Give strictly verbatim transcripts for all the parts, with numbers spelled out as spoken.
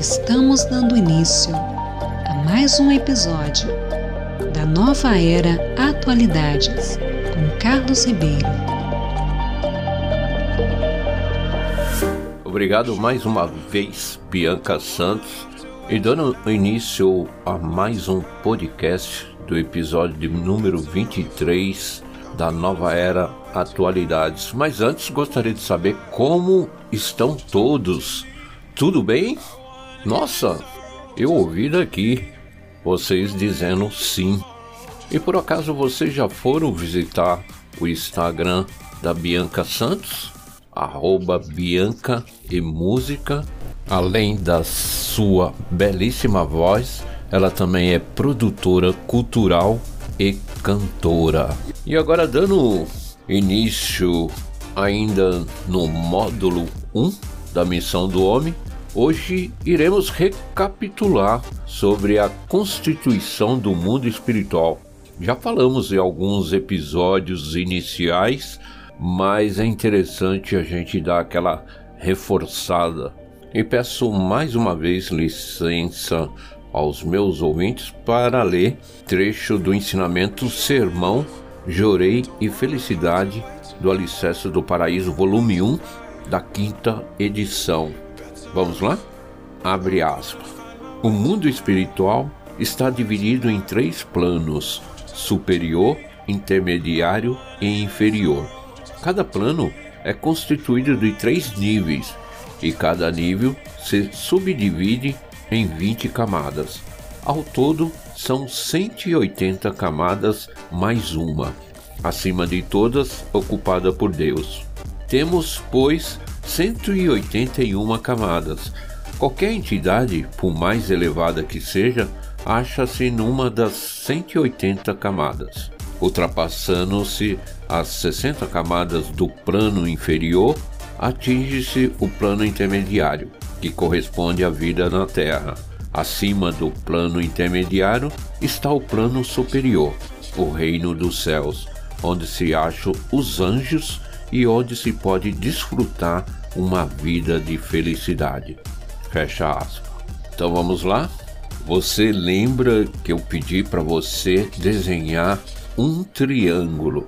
Estamos dando início a mais um episódio da Nova Era Atualidades, com Carlos Ribeiro. Obrigado mais uma vez, Bianca Santos, e dando início a mais um podcast do episódio de número vinte e três da Nova Era Atualidades. Mas antes gostaria de saber como estão todos. Tudo bem? Nossa, eu ouvi daqui vocês dizendo sim. E por acaso vocês já foram visitar o Instagram da Bianca Santos? Arroba Bianca e Música. Além da sua belíssima voz, ela também é produtora cultural e cantora. E agora, dando início ainda no módulo um da Missão do Homem, hoje iremos recapitular sobre a constituição do mundo espiritual. Já falamos em alguns episódios iniciais, mas é interessante a gente dar aquela reforçada. E peço mais uma vez licença aos meus ouvintes para ler trecho do ensinamento Sermão, Jorei e Felicidade do Alicerce do Paraíso, volume um, da quinta edição. Vamos lá? Abre aspas. O mundo espiritual está dividido em três planos: superior, intermediário e inferior. Cada plano é constituído de três níveis e cada nível se subdivide em vinte camadas. Ao todo, são cento e oitenta camadas mais uma, acima de todas ocupada por Deus. Temos, pois, cento e oitenta e uma camadas. Qualquer entidade, por mais elevada que seja, acha-se numa das cento e oitenta camadas. Ultrapassando-se as sessenta camadas do plano inferior, atinge-se o plano intermediário, que corresponde à vida na Terra. Acima do plano intermediário está o plano superior, o reino dos céus, onde se acham os anjos e onde se pode desfrutar uma vida de felicidade. Fecha aspas. Então vamos lá? Você lembra que eu pedi para você desenhar um triângulo?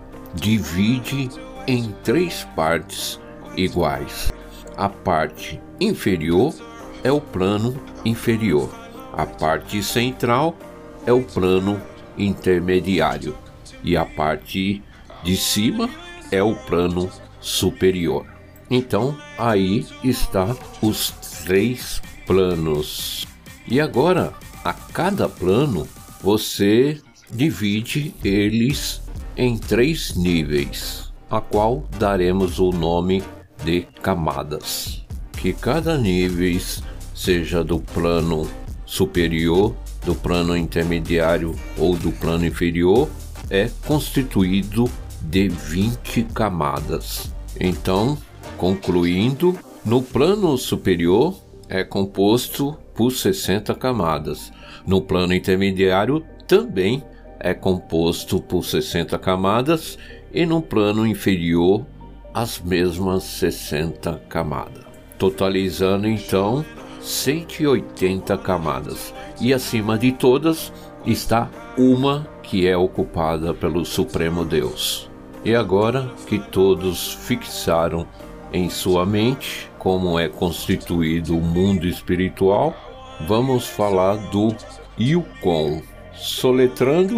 Divide em três partes iguais. A parte inferior é o plano inferior. A parte central é o plano intermediário. E a parte de cima é o plano superior. Então, aí está os três planos. E agora, a cada plano, você divide eles em três níveis, a qual daremos o nome de camadas. Que cada nível, seja do plano superior, do plano intermediário ou do plano inferior, é constituído de vinte camadas. Então, concluindo, no plano superior é composto por sessenta camadas. No plano intermediário também é composto por sessenta camadas e no plano inferior as mesmas sessenta camadas, totalizando então cento e oitenta camadas. E acima de todas está uma que é ocupada pelo Supremo Deus. E agora que todos fixaram em sua mente como é constituído o mundo espiritual, vamos falar do Yukon, soletrando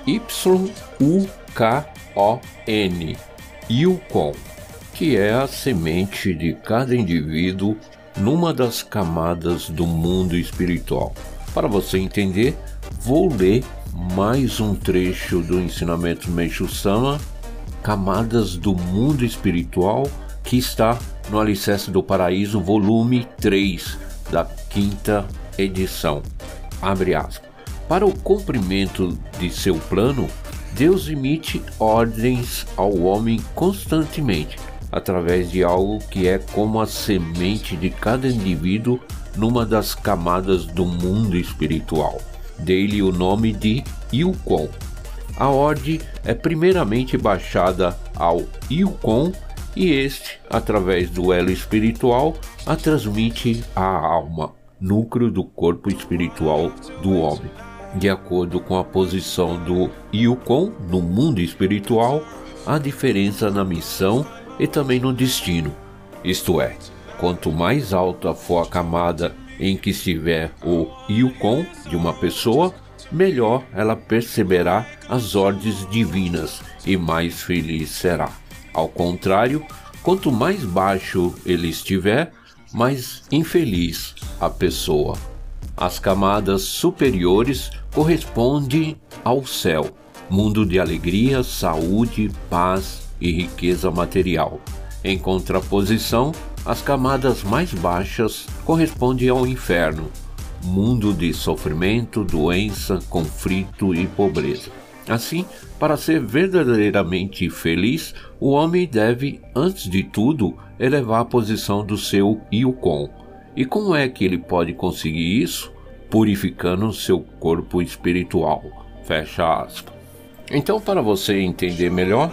Y U K O N, Yukon, que é a semente de cada indivíduo numa das camadas do mundo espiritual. Para você entender, vou ler mais um trecho do ensinamento Meishu Sama, Camadas do Mundo Espiritual, que está no Alicerce do Paraíso, volume três, da quinta edição. Abre aspas. Para o cumprimento de seu plano, Deus emite ordens ao homem constantemente, através de algo que é como a semente de cada indivíduo numa das camadas do mundo espiritual. Dei-lhe o nome de Yukon. A ordem é primeiramente baixada ao Yukon e este, através do elo espiritual, a transmite à alma. núcleo do corpo espiritual do homem. De acordo com a posição do Yukon no mundo espiritual, há diferença na missão e também no destino. Isto é, quanto mais alta for a camada em que estiver o Yukon de uma pessoa, melhor ela perceberá as ordens divinas e mais feliz será. Ao contrário, quanto mais baixo ele estiver, mais infeliz a pessoa. As camadas superiores correspondem ao céu, mundo de alegria, saúde, paz e riqueza material. Em contraposição, as camadas mais baixas correspondem ao inferno, mundo de sofrimento, doença, conflito e pobreza. Assim, para ser verdadeiramente feliz, o homem deve, antes de tudo, elevar a posição do seu Yukon. E como é que ele pode conseguir isso? Purificando seu corpo espiritual. Fecha aspas. Então, para você entender melhor,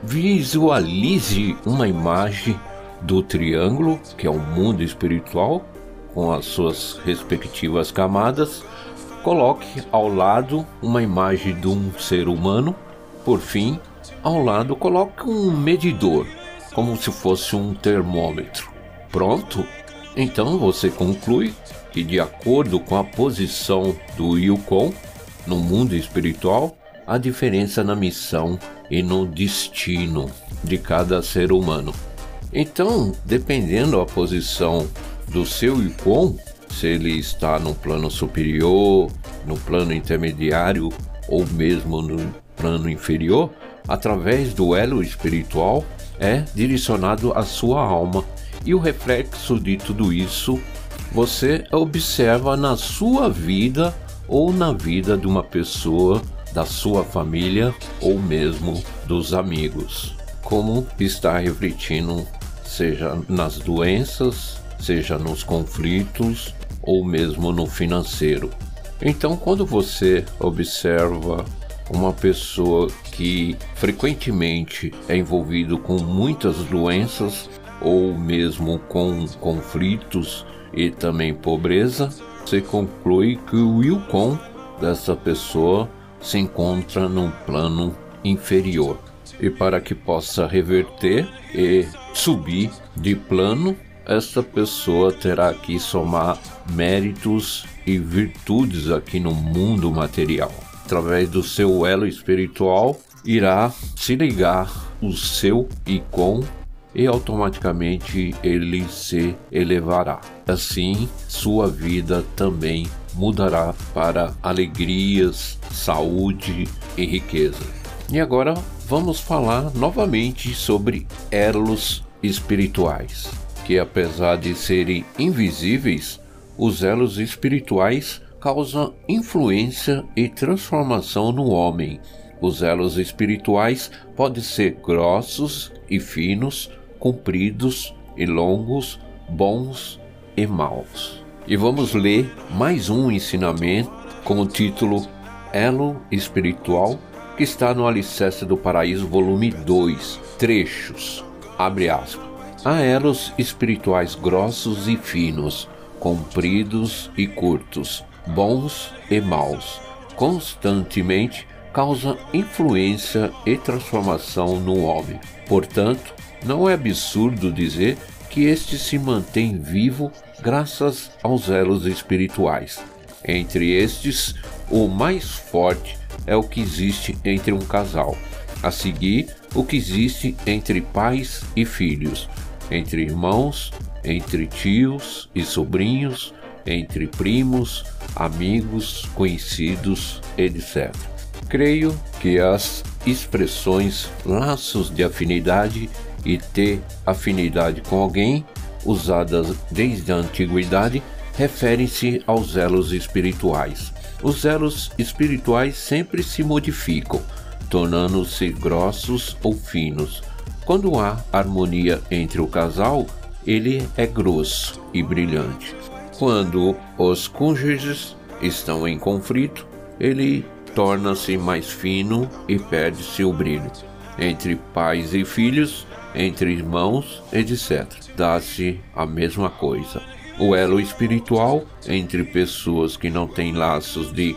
visualize uma imagem do triângulo, que é o mundo espiritual, com as suas respectivas camadas. Coloque ao lado uma imagem de um ser humano. Por fim, ao lado coloque um medidor, como se fosse um termômetro. Pronto? Então você conclui que, de acordo com a posição do Yukon no mundo espiritual, há diferença na missão e no destino de cada ser humano. Então, dependendo da posição do seu Yukon, se ele está no plano superior, no plano intermediário ou mesmo no plano inferior, através do elo espiritual é direcionado à sua alma. E o reflexo de tudo isso você observa na sua vida ou na vida de uma pessoa da sua família ou mesmo dos amigos. Como está refletindo, seja nas doenças, seja nos conflitos ou mesmo no financeiro. Então, quando você observa uma pessoa que frequentemente é envolvido com muitas doenças ou mesmo com conflitos e também pobreza, você conclui que o Yukon dessa pessoa se encontra num plano inferior. E para que possa reverter e subir de plano, esta pessoa terá que somar méritos e virtudes aqui no mundo material. Através do seu elo espiritual, irá se ligar o seu Yukon e automaticamente ele se elevará. Assim, sua vida também mudará para alegrias, saúde e riqueza. E agora vamos falar novamente sobre elos espirituais, que apesar de serem invisíveis, os elos espirituais causam influência e transformação no homem. Os elos espirituais podem ser grossos e finos, compridos e longos, bons e maus. E vamos ler mais um ensinamento com o título Elo Espiritual, que está no Alicerce do Paraíso, volume dois, trechos, abre aspas. Há elos espirituais grossos e finos, compridos e curtos, bons e maus. Constantemente causa influência e transformação no homem. Portanto, não é absurdo dizer que este se mantém vivo graças aos elos espirituais. Entre estes, o mais forte é o que existe entre um casal. A seguir, o que existe entre pais e filhos, entre irmãos, entre tios e sobrinhos, entre primos, amigos, conhecidos, etcétera. Creio que as expressões laços de afinidade e ter afinidade com alguém, usadas desde a antiguidade, referem-se aos elos espirituais. Os elos espirituais sempre se modificam, tornando-se grossos ou finos. Quando há harmonia entre o casal, ele é grosso e brilhante. Quando os cônjuges estão em conflito, ele torna-se mais fino e perde seu brilho. Entre pais e filhos, entre irmãos, etcétera, dá-se a mesma coisa. O elo espiritual entre pessoas que não têm laços de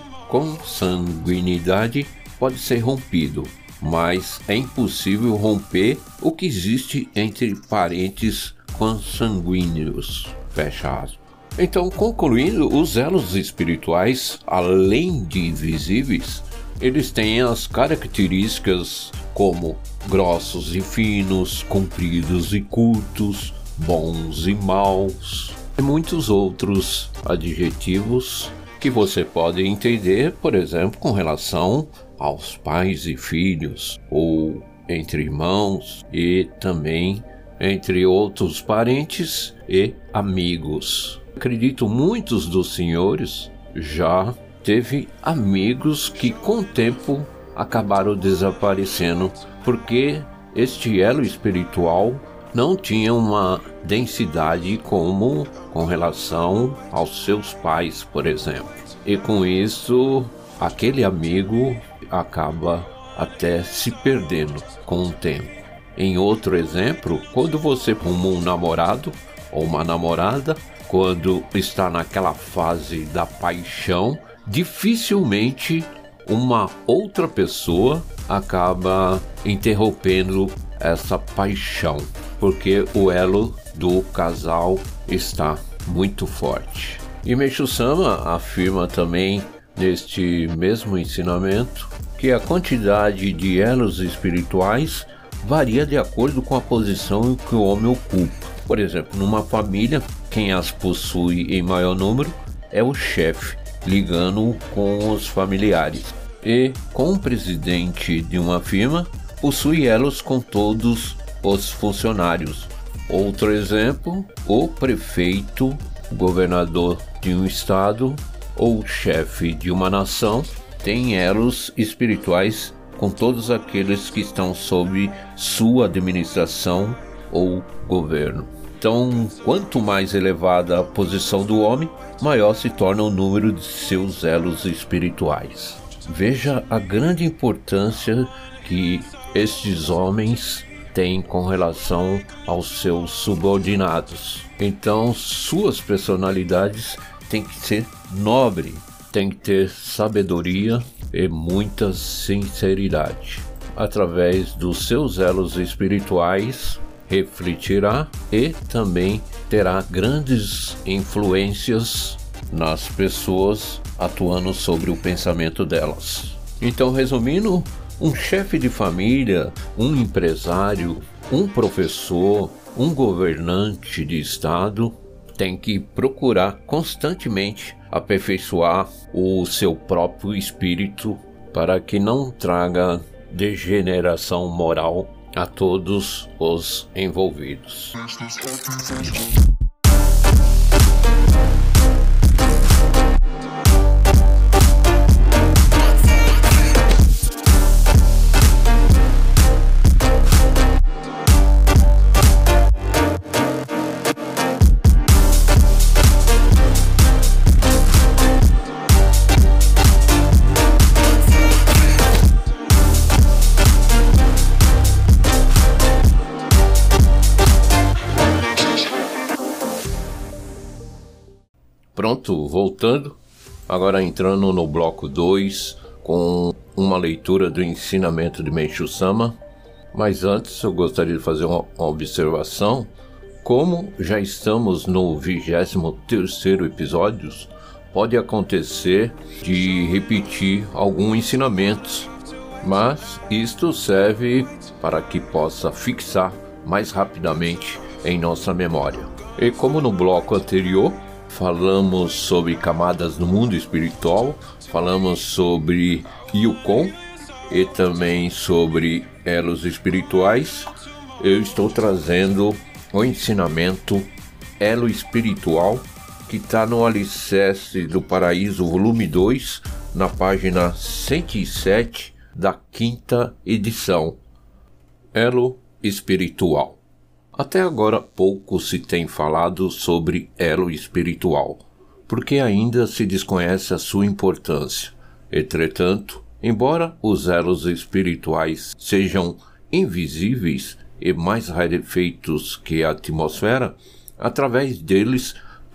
consanguinidade pode ser rompido, mas é impossível romper o que existe entre parentes consanguíneos. Fecha aspas. Então, concluindo, os elos espirituais, além de invisíveis, eles têm as características como grossos e finos, compridos e curtos, bons e maus, e muitos outros adjetivos que você pode entender, por exemplo, com relação aos pais e filhos, ou entre irmãos e também entre outros parentes e amigos. Acredito muitos dos senhores já teve amigos que com o tempo acabaram desaparecendo porque este elo espiritual não tinha uma densidade como com relação aos seus pais, por exemplo. E com isso, aquele amigo acaba até se perdendo com o tempo. Em outro exemplo, quando você arruma um namorado ou uma namorada, quando está naquela fase da paixão, dificilmente uma outra pessoa acaba interrompendo essa paixão, porque o elo do casal está muito forte. E Meishu Sama afirma também neste mesmo ensinamento que a quantidade de elos espirituais varia de acordo com a posição que o homem ocupa. Por exemplo, numa família, quem as possui em maior número é o chefe, ligando com os familiares. E, com o presidente de uma firma, possui elos com todos os funcionários. Outro exemplo, o prefeito, o governador de um estado ou chefe de uma nação tem elos espirituais com todos aqueles que estão sob sua administração ou governo. Então, quanto mais elevada a posição do homem, maior se torna o número de seus elos espirituais. Veja a grande importância que estes homens têm com relação aos seus subordinados. Então, suas personalidades têm que ser nobres, têm que ter sabedoria e muita sinceridade. Através dos seus elos espirituais, refletirá e também terá grandes influências nas pessoas, atuando sobre o pensamento delas. Então, resumindo, um chefe de família, um empresário, um professor, um governante de estado tem que procurar constantemente aperfeiçoar o seu próprio espírito para que não traga degeneração moral a todos os envolvidos. Pronto, voltando, agora entrando no bloco dois com uma leitura do ensinamento de Meishu Sama. Mas antes eu gostaria de fazer uma observação. Como já estamos no vigésimo terceiro episódio, pode acontecer de repetir algum ensinamento, mas isto serve para que possa fixar mais rapidamente em nossa memória. E como no bloco anterior falamos sobre camadas no mundo espiritual, falamos sobre Yukon e também sobre elos espirituais, eu estou trazendo o ensinamento elo espiritual que está no Alicerce do Paraíso, volume dois, na página cento e sete da quinta edição. Elo espiritual. Até agora pouco se tem falado sobre elo espiritual, porque ainda se desconhece a sua importância. Entretanto, embora os elos espirituais sejam invisíveis e mais rarefeitos que a atmosfera, através deles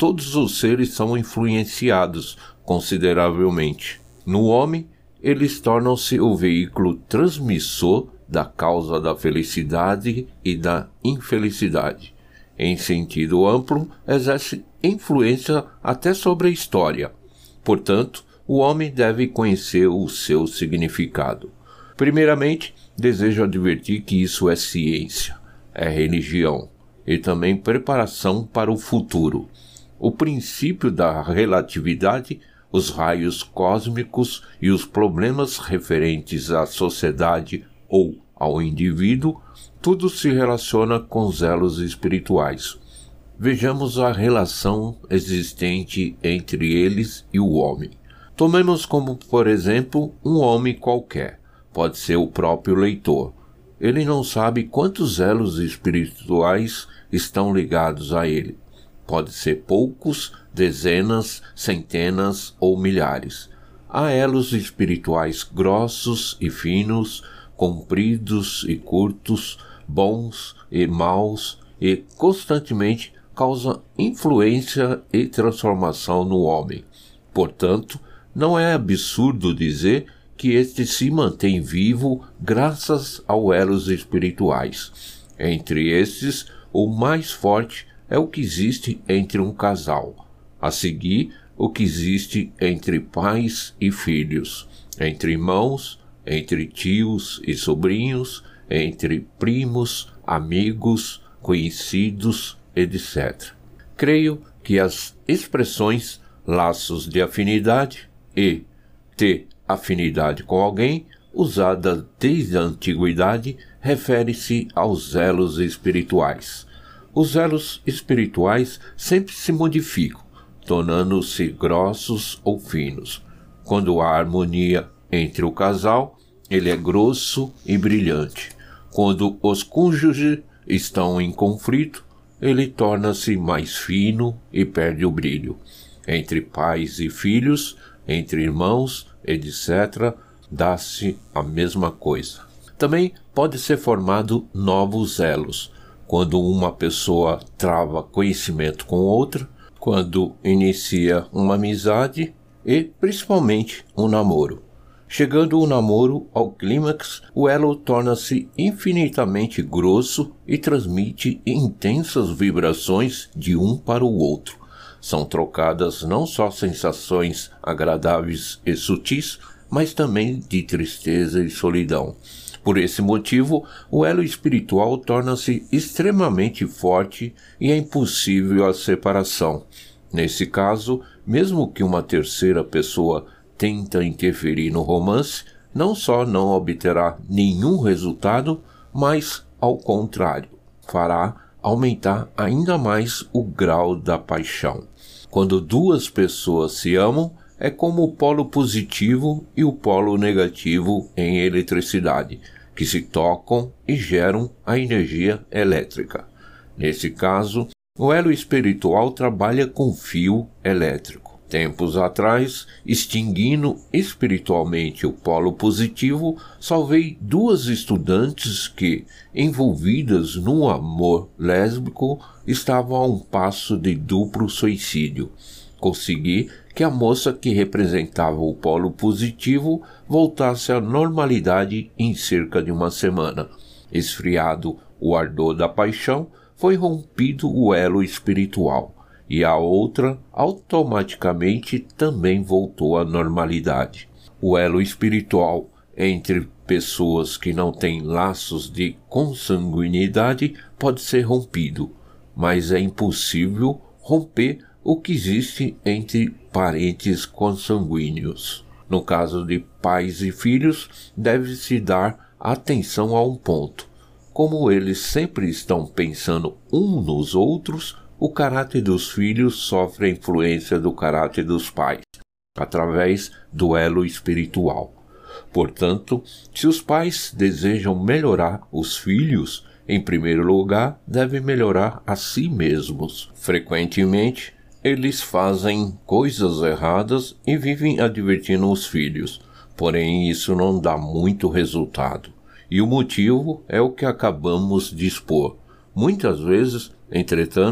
todos os seres são influenciados consideravelmente. No homem, eles tornam-se o veículo transmissor da causa da felicidade e da infelicidade. Em sentido amplo, exerce influência até sobre a história. Portanto, o homem deve conhecer o seu significado. Primeiramente, desejo advertir que isso é ciência, é religião e também preparação para o futuro. O princípio da relatividade, os raios cósmicos e os problemas referentes à sociedade ou ao indivíduo, tudo se relaciona com os elos espirituais. Vejamos a relação existente entre eles e o homem. Tomemos como, por exemplo, um homem qualquer. Pode ser o próprio leitor. Ele não sabe quantos elos espirituais estão ligados a ele. Pode ser poucos, dezenas, centenas ou milhares. Há elos espirituais grossos e finos, compridos e curtos, bons e maus, e constantemente causa influência e transformação no homem. Portanto, não é absurdo dizer que este se mantém vivo graças aos elos espirituais. Entre estes, o mais forte é o que existe entre um casal. A seguir, o que existe entre pais e filhos, entre irmãos, entre tios e sobrinhos, entre primos, amigos, conhecidos, etcétera. Creio que as expressões laços de afinidade e ter afinidade com alguém, usadas desde a antiguidade, refere-se aos elos espirituais. Os elos espirituais sempre se modificam, tornando-se grossos ou finos. Quando há harmonia entre o casal, ele é grosso e brilhante. Quando os cônjuges estão em conflito, ele torna-se mais fino e perde o brilho. Entre pais e filhos, entre irmãos, etcétera, dá-se a mesma coisa. Também pode ser formado novos elos, quando uma pessoa trava conhecimento com outra, quando inicia uma amizade e, principalmente, um namoro. Chegando o namoro ao clímax, o elo torna-se infinitamente grosso e transmite intensas vibrações de um para o outro. São trocadas não só sensações agradáveis e sutis, mas também de tristeza e solidão. Por esse motivo, o elo espiritual torna-se extremamente forte e é impossível a separação. Nesse caso, mesmo que uma terceira pessoa tenta interferir no romance, não só não obterá nenhum resultado, mas, ao contrário, fará aumentar ainda mais o grau da paixão. Quando duas pessoas se amam, é como o polo positivo e o polo negativo em eletricidade, que se tocam e geram a energia elétrica. Nesse caso, o elo espiritual trabalha com fio elétrico. Tempos atrás, extinguindo espiritualmente o polo positivo, salvei duas estudantes que, envolvidas num amor lésbico, estavam a um passo de duplo suicídio. Consegui que a moça que representava o polo positivo voltasse à normalidade em cerca de uma semana. Esfriado o ardor da paixão, foi rompido o elo espiritual, e a outra automaticamente também voltou à normalidade. O elo espiritual entre pessoas que não têm laços de consanguinidade pode ser rompido, mas é impossível romper o que existe entre parentes consanguíneos. No caso de pais e filhos, deve-se dar atenção a um ponto. Como eles sempre estão pensando um nos outros, o caráter dos filhos sofre a influência do caráter dos pais, através do elo espiritual. Portanto, se os pais desejam melhorar os filhos, em primeiro lugar, devem melhorar a si mesmos. Frequentemente, eles fazem coisas erradas e vivem advertindo os filhos, porém isso não dá muito resultado. E o motivo é o que acabamos de expor. Muitas vezes, entretanto,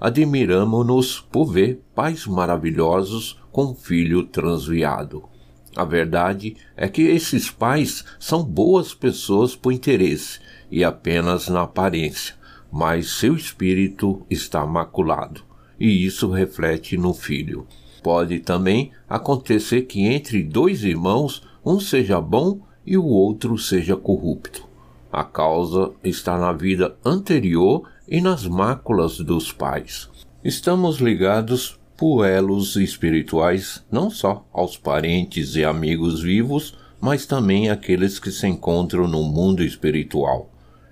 admiramo-nos por ver pais maravilhosos com filho transviado. A verdade é que esses pais são boas pessoas por interesse e apenas na aparência, mas seu espírito está maculado, e isso reflete no filho. Pode também acontecer que entre dois irmãos, um seja bom e o outro seja corrupto. A causa está na vida anterior e nas máculas dos pais. Estamos ligados por elos espirituais não só aos parentes e amigos vivos, mas também àqueles que se encontram no mundo espiritual.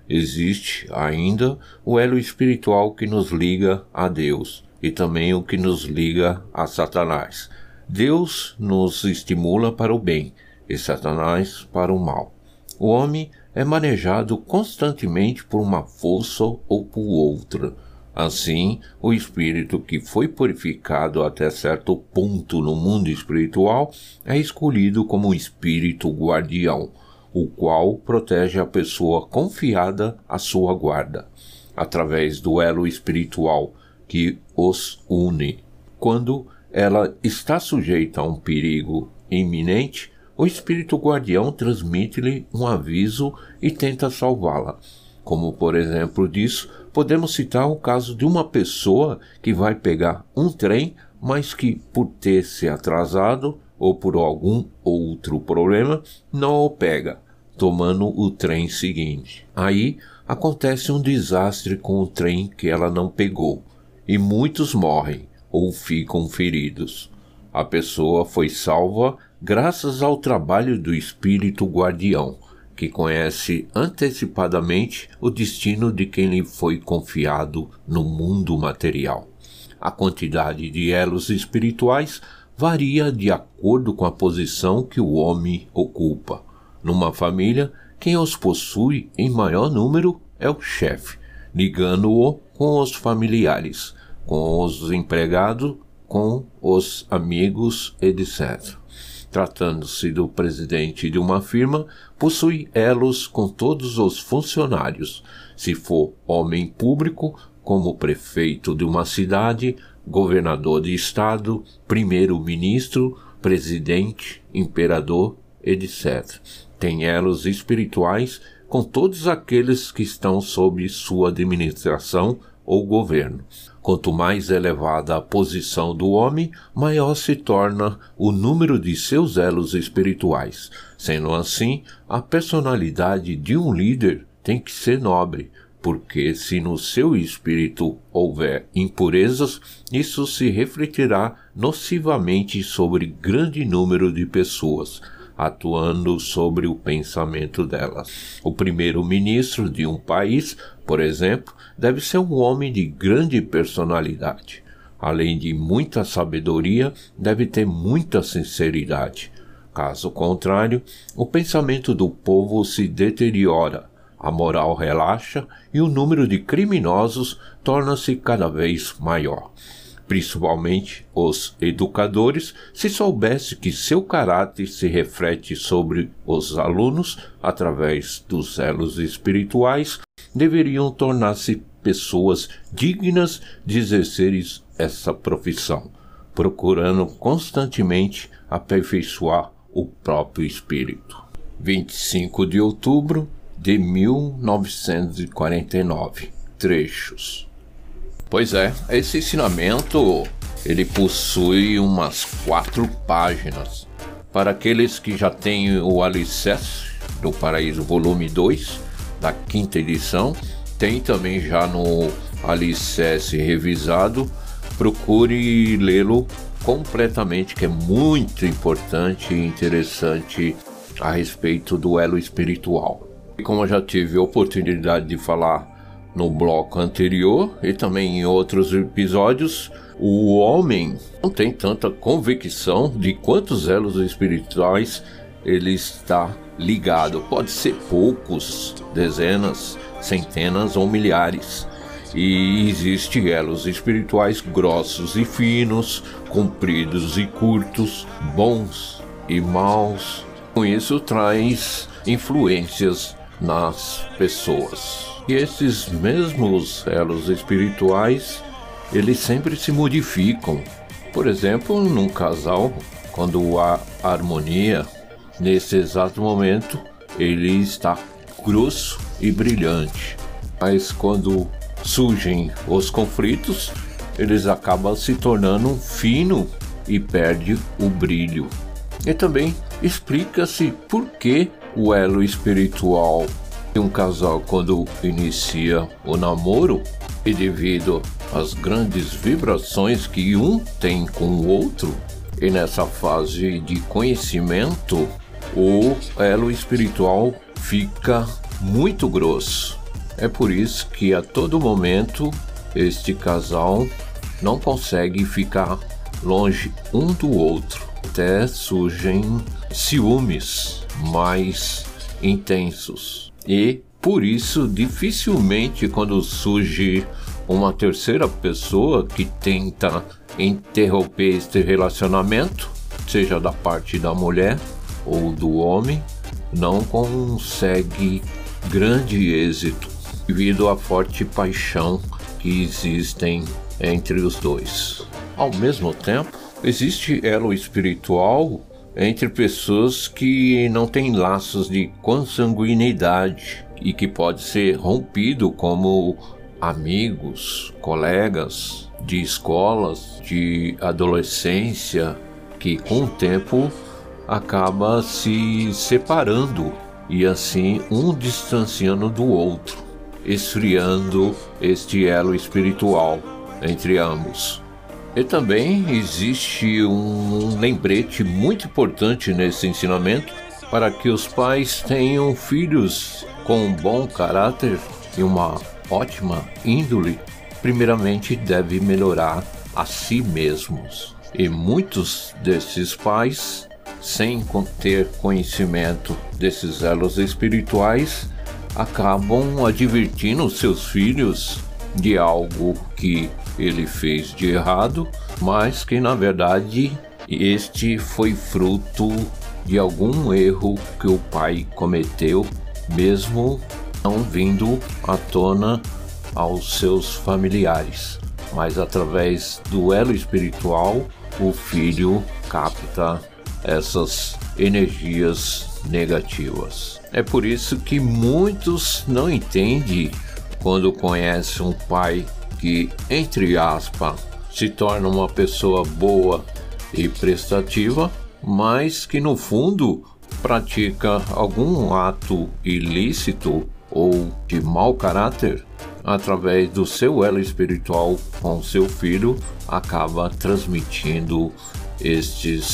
Existe ainda o elo espiritual que nos liga a Deus e também o que nos liga a Satanás. Deus nos estimula para o bem e Satanás para o mal. O homem é manejado constantemente por uma força ou por outra. Assim, o espírito que foi purificado até certo ponto no mundo espiritual é escolhido como um espírito guardião, o qual protege a pessoa confiada à sua guarda, através do elo espiritual que os une. Quando ela está sujeita a um perigo iminente, o espírito guardião transmite-lhe um aviso e tenta salvá-la. Como por exemplo disso, podemos citar o caso de uma pessoa que vai pegar um trem, mas que por ter se atrasado ou por algum outro problema, não o pega, tomando o trem seguinte. Aí acontece um desastre com o trem que ela não pegou, e muitos morrem ou ficam feridos. A pessoa foi salva graças ao trabalho do espírito guardião, que conhece antecipadamente o destino de quem lhe foi confiado no mundo material. A quantidade de elos espirituais varia de acordo com a posição que o homem ocupa. Numa família, quem os possui em maior número é o chefe, ligando-o com os familiares, com os empregados, com os amigos, etcétera. Tratando-se do presidente de uma firma, possui elos com todos os funcionários. Se for homem público, como prefeito de uma cidade, governador de estado, primeiro-ministro, presidente, imperador, etcétera. Tem elos espirituais com todos aqueles que estão sob sua administração ou governo. Quanto mais elevada a posição do homem, maior se torna o número de seus elos espirituais. Sendo assim, a personalidade de um líder tem que ser nobre, porque se no seu espírito houver impurezas, isso se refletirá nocivamente sobre grande número de pessoas, atuando sobre o pensamento delas. O primeiro-ministro de um país, por exemplo, deve ser um homem de grande personalidade. Além de muita sabedoria, deve ter muita sinceridade. Caso contrário, o pensamento do povo se deteriora, a moral relaxa e o número de criminosos torna-se cada vez maior. Principalmente os educadores, se soubesse que seu caráter se reflete sobre os alunos através dos elos espirituais, deveriam tornar-se pessoas dignas de exercerem essa profissão, procurando constantemente aperfeiçoar o próprio espírito. vinte e cinco de outubro de mil novecentos e quarenta e nove. Trechos. Pois é, esse ensinamento, ele possui umas quatro páginas. Para aqueles que já têm o Alicerce do Paraíso volume dois, da quinta edição, tem também já no Alicerce revisado, procure lê-lo completamente, que é muito importante e interessante a respeito do elo espiritual. E como eu já tive a oportunidade de falar no bloco anterior e também em outros episódios, o homem não tem tanta convicção de quantos elos espirituais ele está ligado. Pode ser poucos, dezenas, centenas ou milhares. E existem elos espirituais grossos e finos, compridos e curtos, bons e maus. Com isso traz influências nas pessoas. E esses mesmos elos espirituais, eles sempre se modificam. Por exemplo, num casal, quando há harmonia, nesse exato momento, ele está grosso e brilhante. Mas quando surgem os conflitos, eles acabam se tornando fino e perde o brilho. E também explica-se por que o elo espiritual de um casal, quando inicia o namoro, e devido às grandes vibrações que um tem com o outro, e nessa fase de conhecimento, o elo espiritual fica muito grosso. É por isso que a todo momento este casal não consegue ficar longe um do outro. Até surgem ciúmes mais intensos. E por isso, dificilmente, quando surge uma terceira pessoa que tenta interromper este relacionamento, seja da parte da mulher ou do homem, não consegue grande êxito devido à forte paixão que existem entre os dois. Ao mesmo tempo, existe elo espiritual entre pessoas que não têm laços de consanguinidade e que pode ser rompido, como amigos, colegas de escolas, de adolescência, que com o tempo acaba se separando e assim um distanciando do outro, esfriando este elo espiritual entre ambos. E também existe um lembrete muito importante nesse ensinamento para que os pais tenham filhos com um bom caráter e uma ótima índole. Primeiramente, deve melhorar a si mesmos. E muitos desses pais, sem ter conhecimento desses elos espirituais, acabam advertindo seus filhos de algo que ele fez de errado, mas que na verdade este foi fruto de algum erro que o pai cometeu, mesmo não vindo à tona aos seus familiares, mas através do elo espiritual o filho capta essas energias negativas. É por isso que muitos não entendem quando conhecem um pai que, entre aspas, se torna uma pessoa boa e prestativa, mas que no fundo pratica algum ato ilícito ou de mau caráter, através do seu elo espiritual com seu filho, acaba transmitindo estes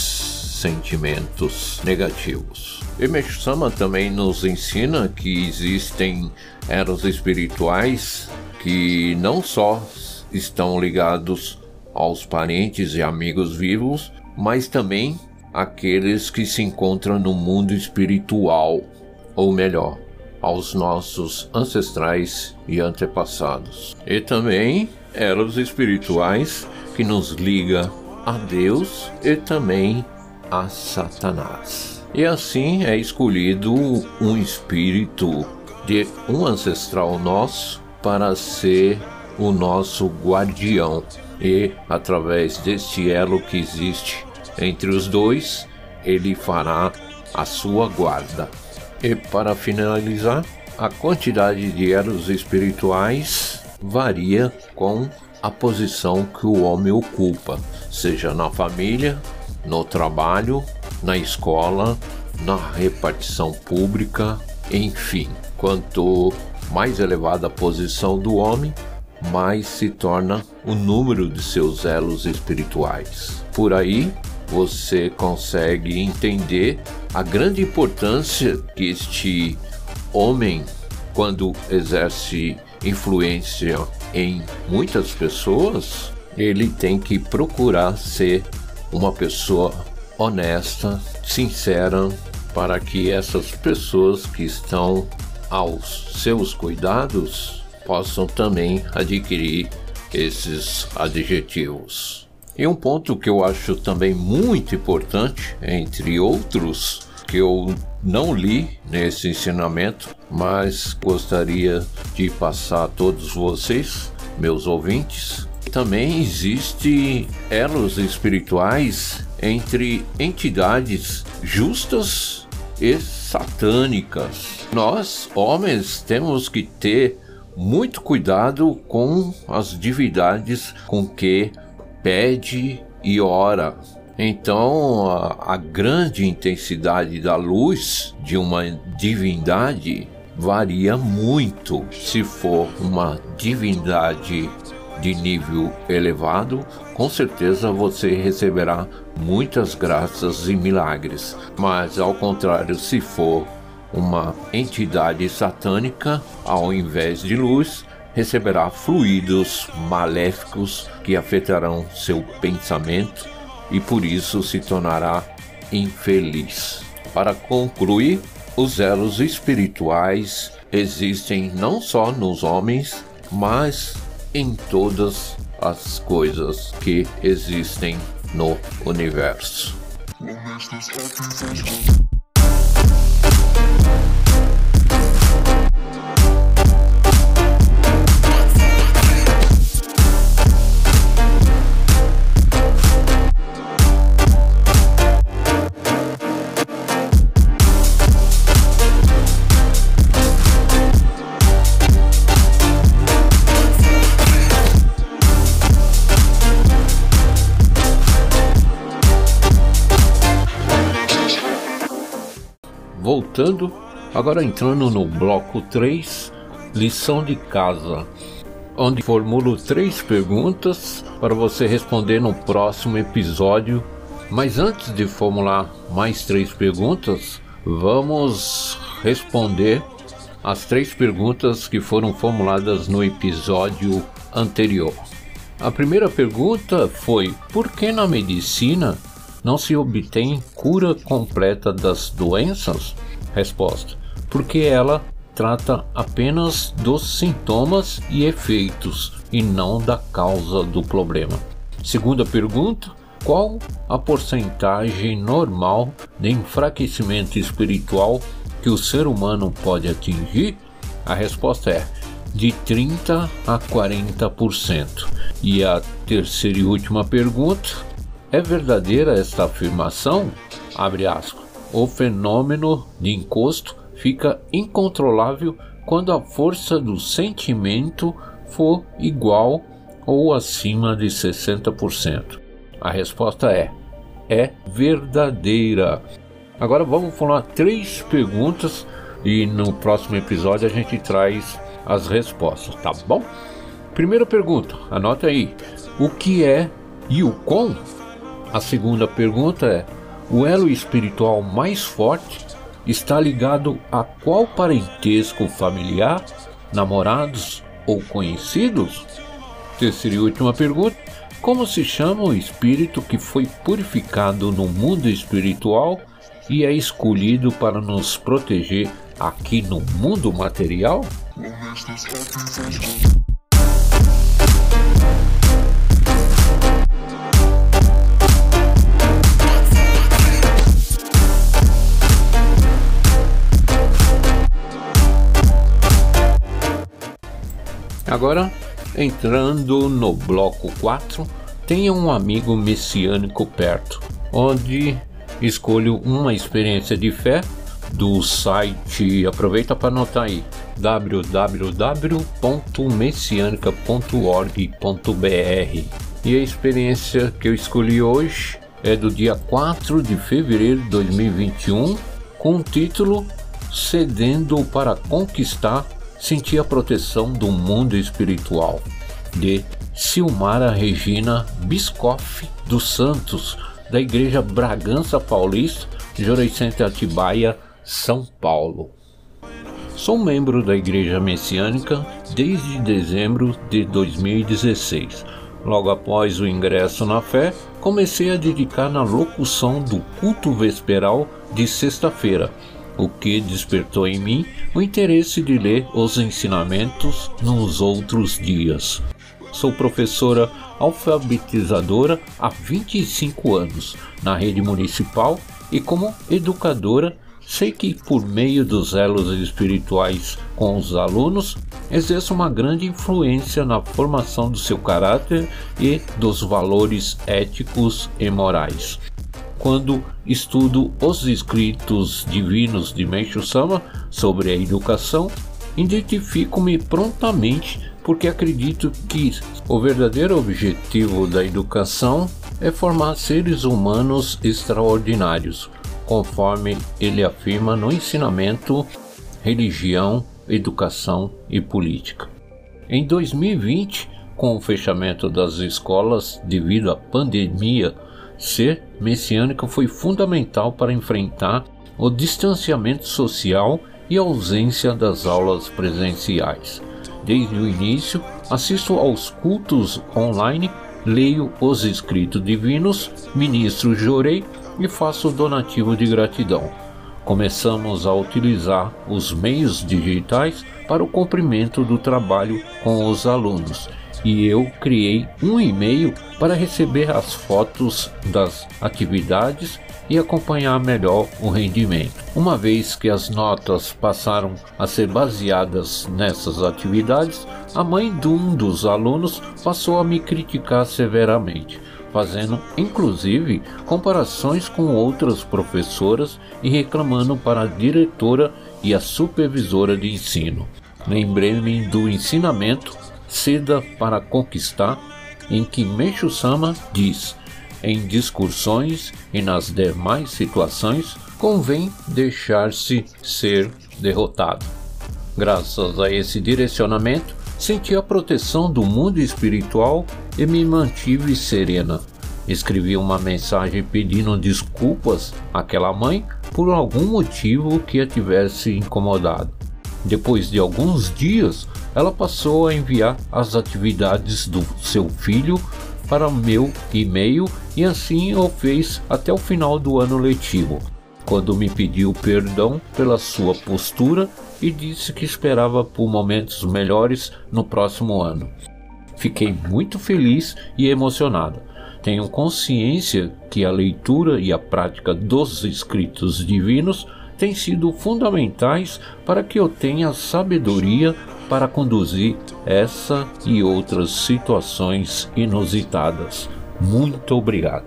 sentimentos negativos. E Meixo Sama também nos ensina que existem elos espirituais que não só estão ligados aos parentes e amigos vivos, mas também aqueles que se encontram no mundo espiritual, ou melhor, aos nossos ancestrais e antepassados. E também elos espirituais que nos ligam a Deus e também a Satanás. E assim é escolhido um espírito de um ancestral nosso para ser o nosso guardião, e através deste elo que existe entre os dois, ele fará a sua guarda. E para finalizar, a quantidade de elos espirituais varia com a posição que o homem ocupa, seja na família, no trabalho, na escola, na repartição pública, enfim. Quanto mais elevada a posição do homem, mais se torna o número de seus elos espirituais. Por aí, você consegue entender a grande importância que este homem, quando exerce influência em muitas pessoas, ele tem que procurar ser uma pessoa honesta, sincera, para que essas pessoas que estão aos seus cuidados possam também adquirir esses adjetivos. E um ponto que eu acho também muito importante, entre outros, que eu não li nesse ensinamento, mas gostaria de passar a todos vocês, meus ouvintes, Também existem elos espirituais entre entidades justas e satânicas. Nós, homens, temos que ter muito cuidado com as divindades com que pede e ora. Então, a, a grande intensidade da luz de uma divindade varia muito. Se for uma divindade de nível elevado, com certeza você receberá muitas graças e milagres. Mas, ao contrário, se for uma entidade satânica, ao invés de luz, receberá fluidos maléficos que afetarão seu pensamento e por isso se tornará infeliz. Para concluir, os elos espirituais existem não só nos homens, mas em todas as coisas que existem no universo. Voltando, agora entrando no bloco três, lição de casa, onde formulo três perguntas para você responder no próximo episódio. Mas antes de formular mais três perguntas, vamos responder as três perguntas que foram formuladas no episódio anterior. A primeira pergunta foi: por que na medicina não se obtém cura completa das doenças? Resposta: porque ela trata apenas dos sintomas e efeitos e não da causa do problema. Segunda pergunta: qual a porcentagem normal de enfraquecimento espiritual que o ser humano pode atingir? A resposta é de trinta a quarenta por cento. E a terceira e última pergunta: é verdadeira esta afirmação? Abre aspas. O fenômeno de encosto fica incontrolável quando a força do sentimento for igual ou acima de sessenta por cento. A resposta é, é verdadeira. Agora vamos falar três perguntas e no próximo episódio a gente traz as respostas, tá bom? Primeira pergunta, anota aí. O que é Yukon? A segunda pergunta é: o elo espiritual mais forte está ligado a qual parentesco familiar, namorados ou conhecidos? Terceira e última pergunta: como se chama o espírito que foi purificado no mundo espiritual e é escolhido para nos proteger aqui no mundo material? Agora, entrando no bloco quatro, tenha um amigo messiânico perto, onde escolho uma experiência de fé do site, aproveita para anotar aí, w w w ponto messianica ponto org ponto b r. E a experiência que eu escolhi hoje é do dia quatro de fevereiro de dois mil e vinte e um, com o título Cedendo para Conquistar, Sentir a Proteção do Mundo Espiritual, de Silmara Regina Biscoff dos Santos, da Igreja Bragança Paulista, Juruí Centro, Atibaia, São Paulo. Sou membro da Igreja Messiânica desde dezembro de dois mil e dezesseis. Logo após o ingresso na fé, comecei a dedicar na locução do culto vesperal de sexta-feira, o que despertou em mim o interesse de ler os ensinamentos nos outros dias. Sou professora alfabetizadora há vinte e cinco anos na rede municipal e como educadora sei que por meio dos elos espirituais com os alunos, exerce uma grande influência na formação do seu caráter e dos valores éticos e morais. Quando estudo os escritos divinos de Meishu Sama sobre a educação, identifico-me prontamente porque acredito que o verdadeiro objetivo da educação é formar seres humanos extraordinários, conforme ele afirma no ensinamento, religião, educação e política. Em dois mil e vinte, com o fechamento das escolas devido à pandemia, ser messiânico foi fundamental para enfrentar o distanciamento social e a ausência das aulas presenciais. Desde o início, assisto aos cultos online, leio os escritos divinos, ministro Jorei e faço donativo de gratidão. Começamos a utilizar os meios digitais para o cumprimento do trabalho com os alunos e eu criei um e-mail para receber as fotos das atividades e acompanhar melhor o rendimento. Uma vez que as notas passaram a ser baseadas nessas atividades, a mãe de um dos alunos passou a me criticar severamente, fazendo inclusive comparações com outras professoras e reclamando para a diretora e a supervisora de ensino. Lembrei-me do ensinamento Ceda para Conquistar, em que Meishu Sama diz: em discussões e nas demais situações, convém deixar-se ser derrotado. Graças a esse direcionamento, senti a proteção do mundo espiritual e me mantive serena. Escrevi uma mensagem pedindo desculpas àquela mãe por algum motivo que a tivesse incomodado. Depois de alguns dias, ela passou a enviar as atividades do seu filho para o meu e-mail e assim o fez até o final do ano letivo, quando me pediu perdão pela sua postura e disse que esperava por momentos melhores no próximo ano. Fiquei muito feliz e emocionado. Tenho consciência que a leitura e a prática dos escritos divinos têm sido fundamentais para que eu tenha sabedoria para conduzir essa e outras situações inusitadas. Muito obrigado.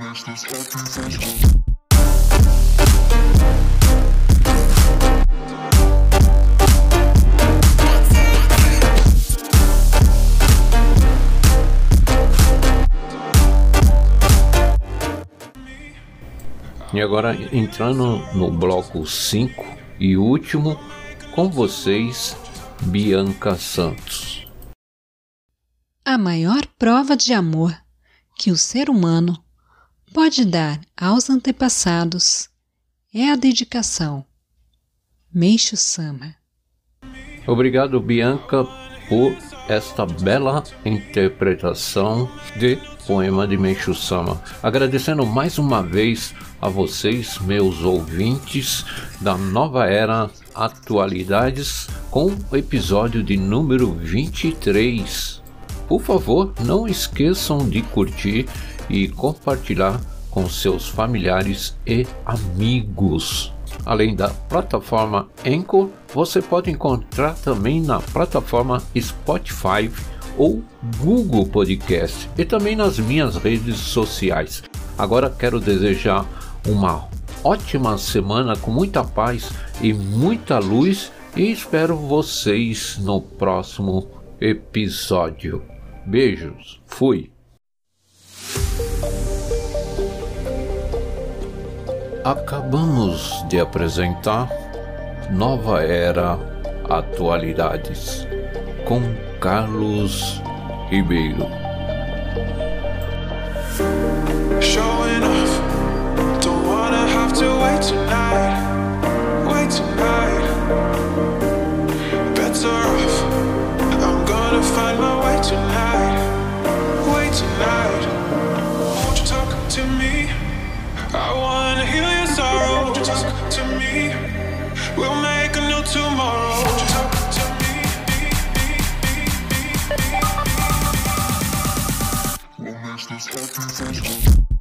E agora, entrando no bloco cinco e último, com vocês, Bianca Santos. A maior prova de amor que o ser humano pode dar aos antepassados é a dedicação. Meishu Sama. Obrigado, Bianca, por esta bela interpretação de poema de Meishu Sama. Agradecendo mais uma vez a vocês, meus ouvintes da Nova Era Atualidades, com o episódio de número vinte e três. Por favor, não esqueçam de curtir e compartilhar com seus familiares e amigos. Além da plataforma Anchor, você pode encontrar também na plataforma Spotify ou Google Podcast e também nas minhas redes sociais. Agora quero desejar uma ótima semana com muita paz e muita luz e espero vocês no próximo episódio. Beijos, fui! Acabamos de apresentar Nova Era Atualidades com Carlos Ribeiro. Showing off, don't wanna have to wait tonight, wait tonight. Better off, I'm gonna find my way tonight, way tonight. Won't you talk to me? I wanna heal your sorrow. Won't you talk to me? We'll make a new tomorrow. Won't you talk to me? We'll make this happen.